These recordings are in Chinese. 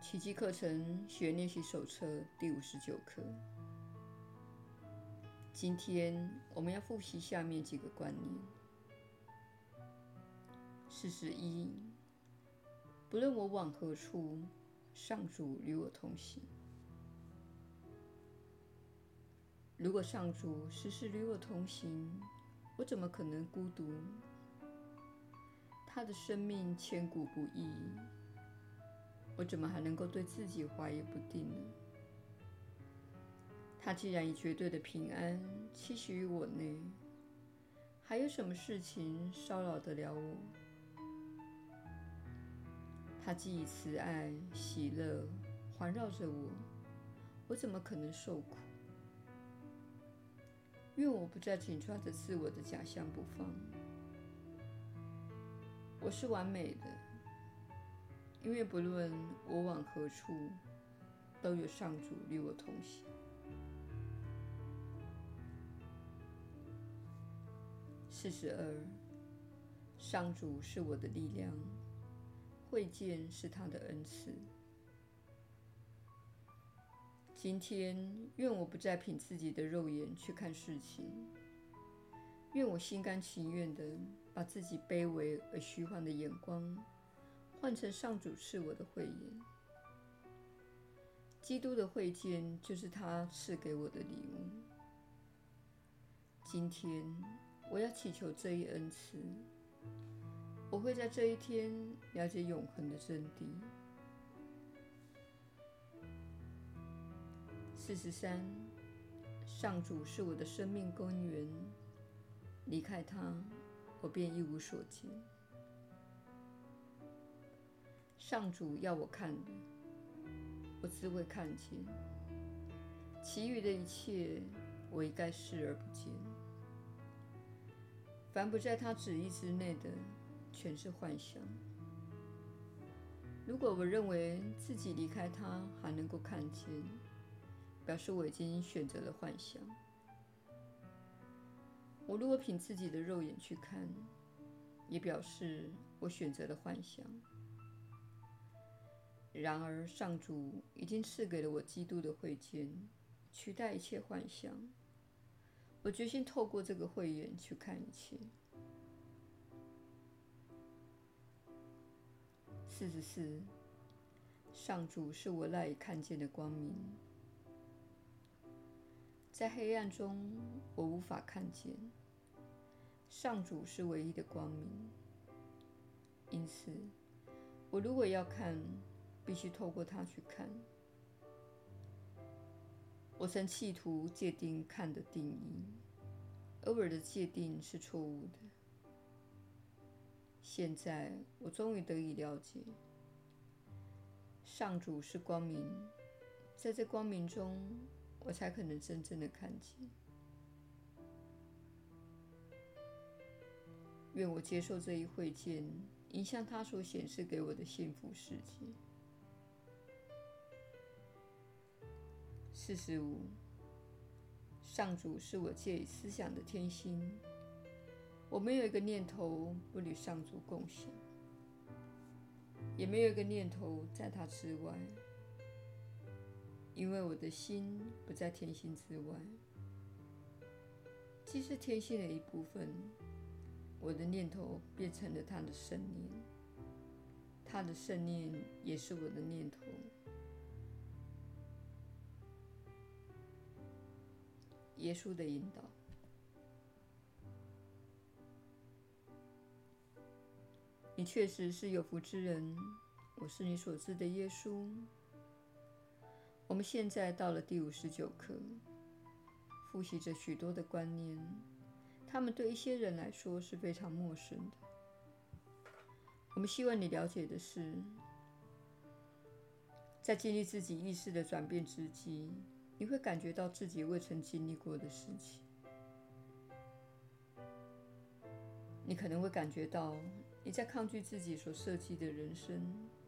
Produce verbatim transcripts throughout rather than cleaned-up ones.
奇迹课程学练习手册第五十九课。今天我们要复习下面几个观念。事实一：不论我往何处，上主与我同行。如果上主时时与我同行，我怎么可能孤独？他的生命千古不易，我怎么还能够对自己怀疑不定呢？他既然以绝对的平安栖息于我内，还有什么事情骚扰得了我？他既以慈爱、喜乐环绕着我，我怎么可能受苦？愿我不再紧抓着自我的假象不放。我是完美的，因为不论我往何处，都有上主与我同行。事实二：上主是我的力量，会见是他的恩赐。今天，愿我不再凭自己的肉眼去看事情，愿我心甘情愿地把自己卑微而虚幻的眼光换成上主赐我的慧眼。基督的会见就是他赐给我的礼物。今天，我要祈求这一恩赐，我会在这一天了解永恒的真谛。事实三：上主是我的生命根源，离开他，我便一无所见。上主要我看的，我自会看见；其余的一切，我一概视而不见。凡不在他旨意之内的，全是幻想。如果我认为自己离开他还能够看见，表示我已经选择了幻想。我如果凭自己的肉眼去看，也表示我选择了幻想。然而，上主已经赐给了我基督的慧见，取代一切幻想。我决心透过这个慧眼去看一切。四十四：上主是我赖以看见的光明。在黑暗中，我无法看见。上主是唯一的光明，因此，我如果要看，必须透过他去看。我曾企图界定看的定义，而我的界定是错误的。现在，我终于得以了解，上主是光明，在这光明中，我才可能真正的看见。愿我接受这一慧见，影响他所显示给我的幸福世界。四十五：上主是我借以思想的天心，我没有一个念头不与上主共享，也没有一个念头在他之外，因为我的心不在天心之外。既是天心的一部分，我的念头变成了他的圣念，他的圣念也是我的念头。耶稣的引导。你确实是有福之人，我是你所知的耶稣。我们现在到了第五十九课，复习着许多的观念，他们对一些人来说是非常陌生的。我们希望你了解的是，在经历自己意识的转变之际，你会感觉到自己未曾经历过的事情。你可能会感觉到你在抗拒自己所设计的人生。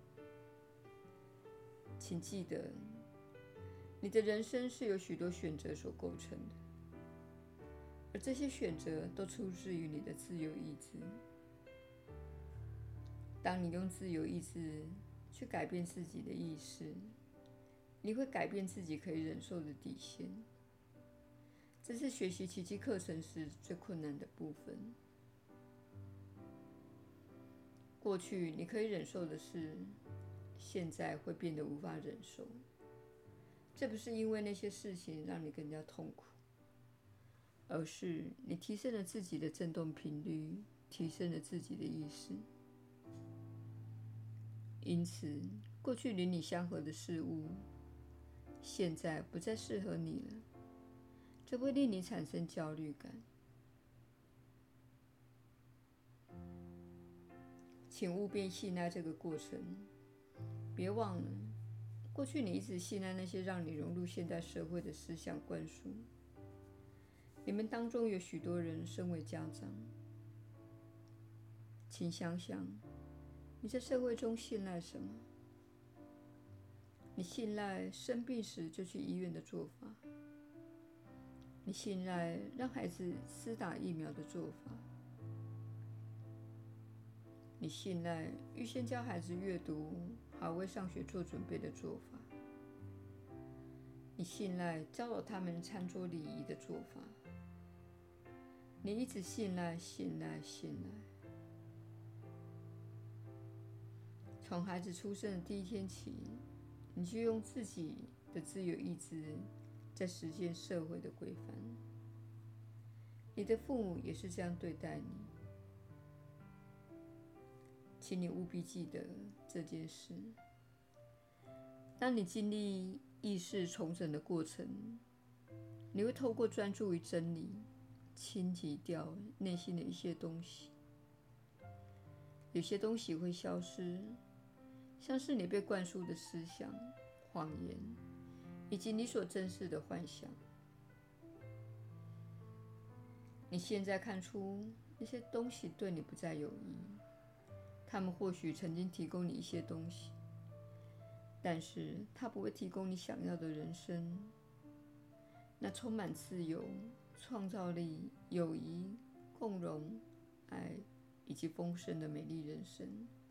请记得，你的人生是由许多选择所构成的，而这些选择都出自于你的自由意志。当你用自由意志去改变自己的意识，你会改变自己可以忍受的底线。这是学习奇迹课程时最困难的部分。过去你可以忍受的事，现在会变得无法忍受。这不是因为那些事情让你更加痛苦，而是你提升了自己的振动频率，提升了自己的意识。因此，过去与你相合的事物，现在不再适合你了，这会令你产生焦虑感。请务必信赖这个过程，别忘了，过去你一直信赖那些让你融入现代社会的思想灌输。你们当中有许多人身为家长，请想想，你在社会中信赖什么？你信赖生病时就去医院的做法，你信赖让孩子施打疫苗的做法，你信赖预先教孩子阅读，好为上学做准备的做法，你信赖教导他们餐桌礼仪的做法，你一直信赖、信赖、信赖。从孩子出生的第一天起，你就用自己的自由意志在实践社会的规范。你的父母也是这样对待你，请你务必记得这件事。当你经历意识重整的过程，你会透过专注于真理，清洗掉内心的一些东西。有些东西会消失，像是你被灌输的思想、谎言，以及你所珍视的幻想。你现在看出那些东西对你不再有益，他们或许曾经提供你一些东西，但是它不会提供你想要的人生，那充满自由、创造力、友谊、共融、爱以及丰盛的美丽人生。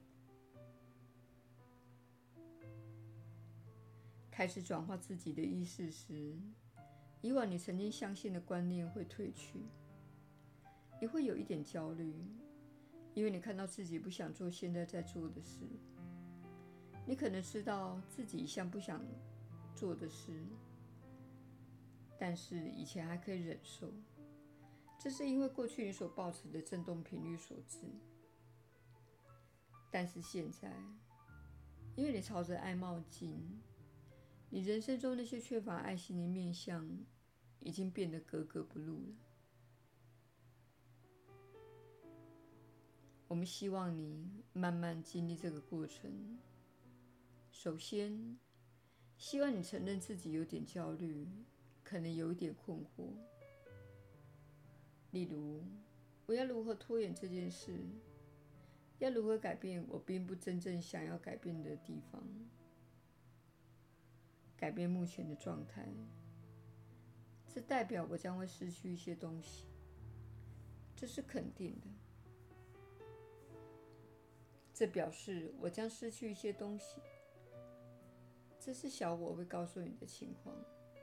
开始转化自己的意识时，以往你曾经相信的观念会褪去，你会有一点焦虑，因为你看到自己不想做现在在做的事。你可能知道自己一向不想做的事，但是以前还可以忍受，这是因为过去你所抱持的振动频率所致。但是现在，因为你朝着爱冒进，你人生中那些缺乏爱心的面向已经变得格格不入了。我们希望你慢慢经历这个过程。首先，希望你承认自己有点焦虑，可能有一点困惑。例如，我要如何拖延这件事？要如何改变我并不真正想要改变的地方？改变目前的状态，这代表我将会失去一些东西，这是肯定的。这表示我将失去一些东西，这是小我会告诉你的情况。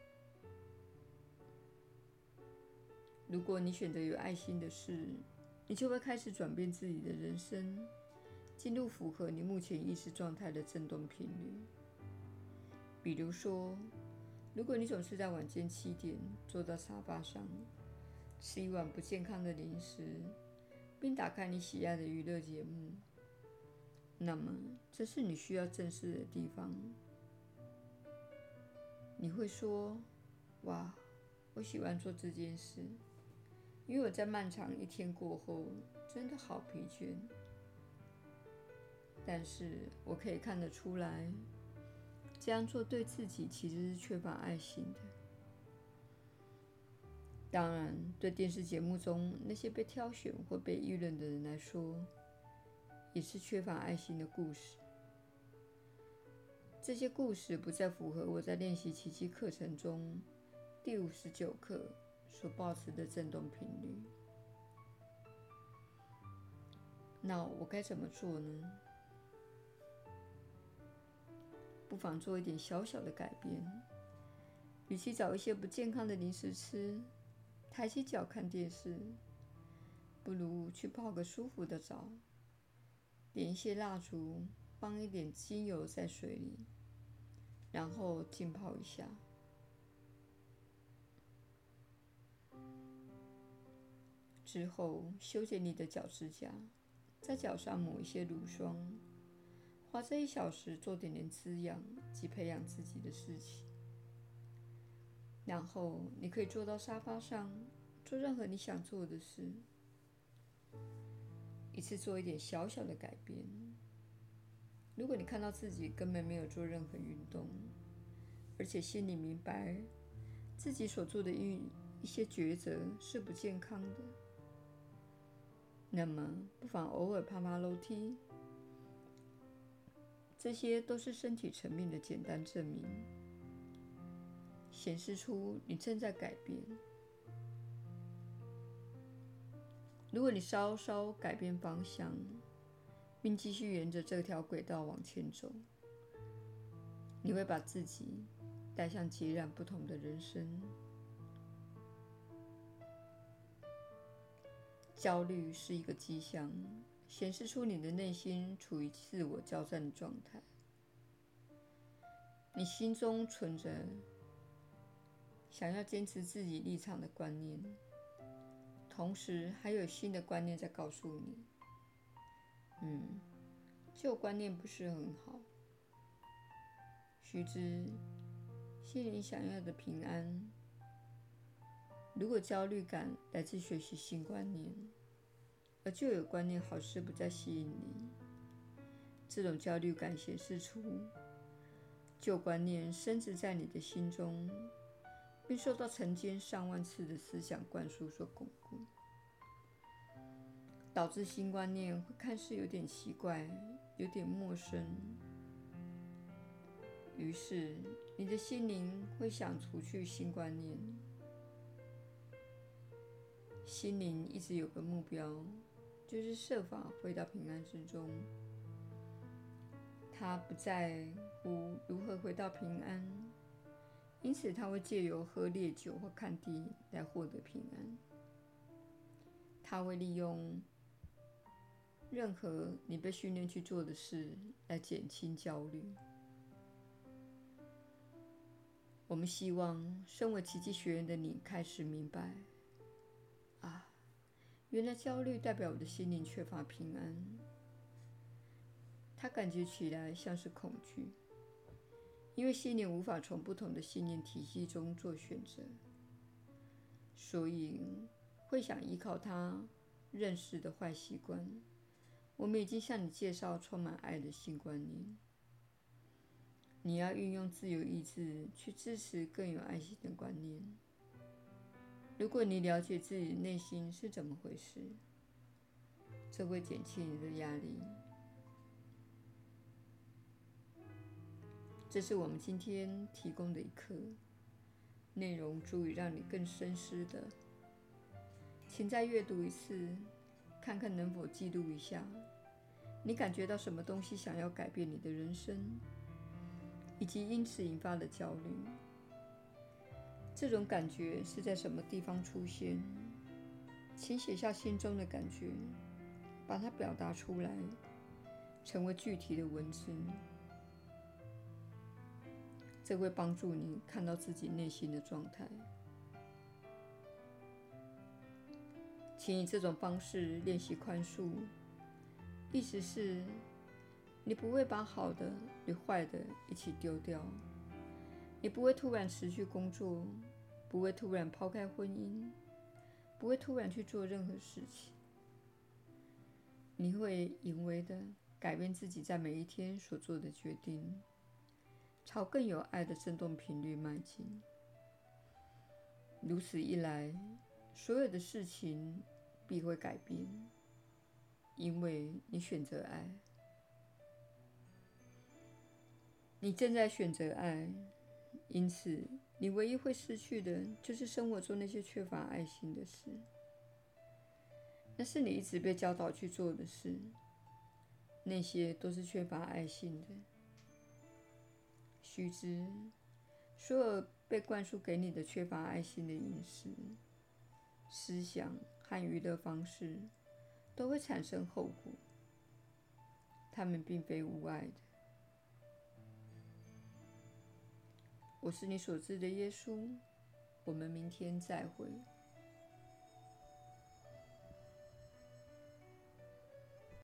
如果你选择有爱心的事，你就会开始转变自己的人生，进入符合你目前意识状态的振动频率。比如说，如果你总是在晚间七点坐到沙发上，吃一碗不健康的零食，并打开你喜爱的娱乐节目，那么这是你需要正视的地方。你会说：哇，我喜欢做这件事，因为我在漫长一天过后真的好疲倦。但是我可以看得出来，这样做对自己其实是缺乏爱心的。当然，对电视节目中那些被挑选或被议论的人来说，也是缺乏爱心的故事。这些故事不再符合我在练习奇迹课程中第五十九课所抱持的振动频率。那我该怎么做呢？ 不妨做一点小小的改变。与其找一些不健康的零食吃，抬起脚看电视，不如去泡个舒服的澡，点一些蜡烛，放一点精油在水里，然后浸泡一下。之后修剪你的脚趾甲，在脚上抹一些乳霜，花这一小时做点点滋养及培养自己的事情。然后你可以坐到沙发上，做任何你想做的事，一次做一点小小的改变。如果你看到自己根本没有做任何运动，而且心里明白自己所做的一一些抉择是不健康的，那么不妨偶尔爬爬楼梯，这些都是身体层面的简单证明，显示出你正在改变。如果你稍稍改变方向，并继续沿着这条轨道往前走，你会把自己带向截然不同的人生。焦虑是一个迹象，显示出你的内心处于自我交战的状态。你心中存着想要坚持自己立场的观念，同时还有新的观念在告诉你，嗯，旧观念不是很好。须知，心灵想要的平安，如果焦虑感来自学习新观念，而旧有观念好似不再吸引你，这种焦虑感显示出旧观念深植在你的心中，并受到成千上万次的思想灌输所巩固，导致新观念会看似有点奇怪，有点陌生。于是，你的心灵会想除去新观念。心灵一直有个目标，就是设法回到平安之中。他不在乎如何回到平安，因此他会借由喝烈酒或看电影来获得平安。他会利用任何你被训练去做的事来减轻焦虑。我们希望身为奇迹学员的你开始明白，啊，原来焦虑代表我的心灵缺乏平安。它感觉起来像是恐惧，因为心灵无法从不同的信念体系中做选择，所以会想依靠它认识的坏习惯。我们已经向你介绍充满爱的新观念，你要运用自由意志去支持更有爱心的观念。如果你了解自己内心是怎么回事，这会减轻你的压力。这是我们今天提供的一课，内容足以让你更深思的，请再阅读一次，看看能否记录一下你感觉到什么东西想要改变你的人生，以及因此引发的焦虑。这种感觉是在什么地方出现？请写下心中的感觉，把它表达出来，成为具体的文字。这会帮助你看到自己内心的状态。请以这种方式练习宽恕，意思是你不会把好的与坏的一起丢掉，你不会突然辞去工作，不会突然抛开婚姻，不会突然去做任何事情。你会隐微地改变自己在每一天所做的决定，朝更有爱的振动频率迈进。如此一来，所有的事情必会改变，因为你选择爱。你正在选择爱，因此你唯一会失去的就是生活中那些缺乏爱心的事。那是你一直被教导去做的事，那些都是缺乏爱心的。 须知，所有被灌输给你的缺乏爱心的饮食、思想和娱乐方式，都会产生后果。他们并非无爱的。我是你所知的耶稣。我们明天再会。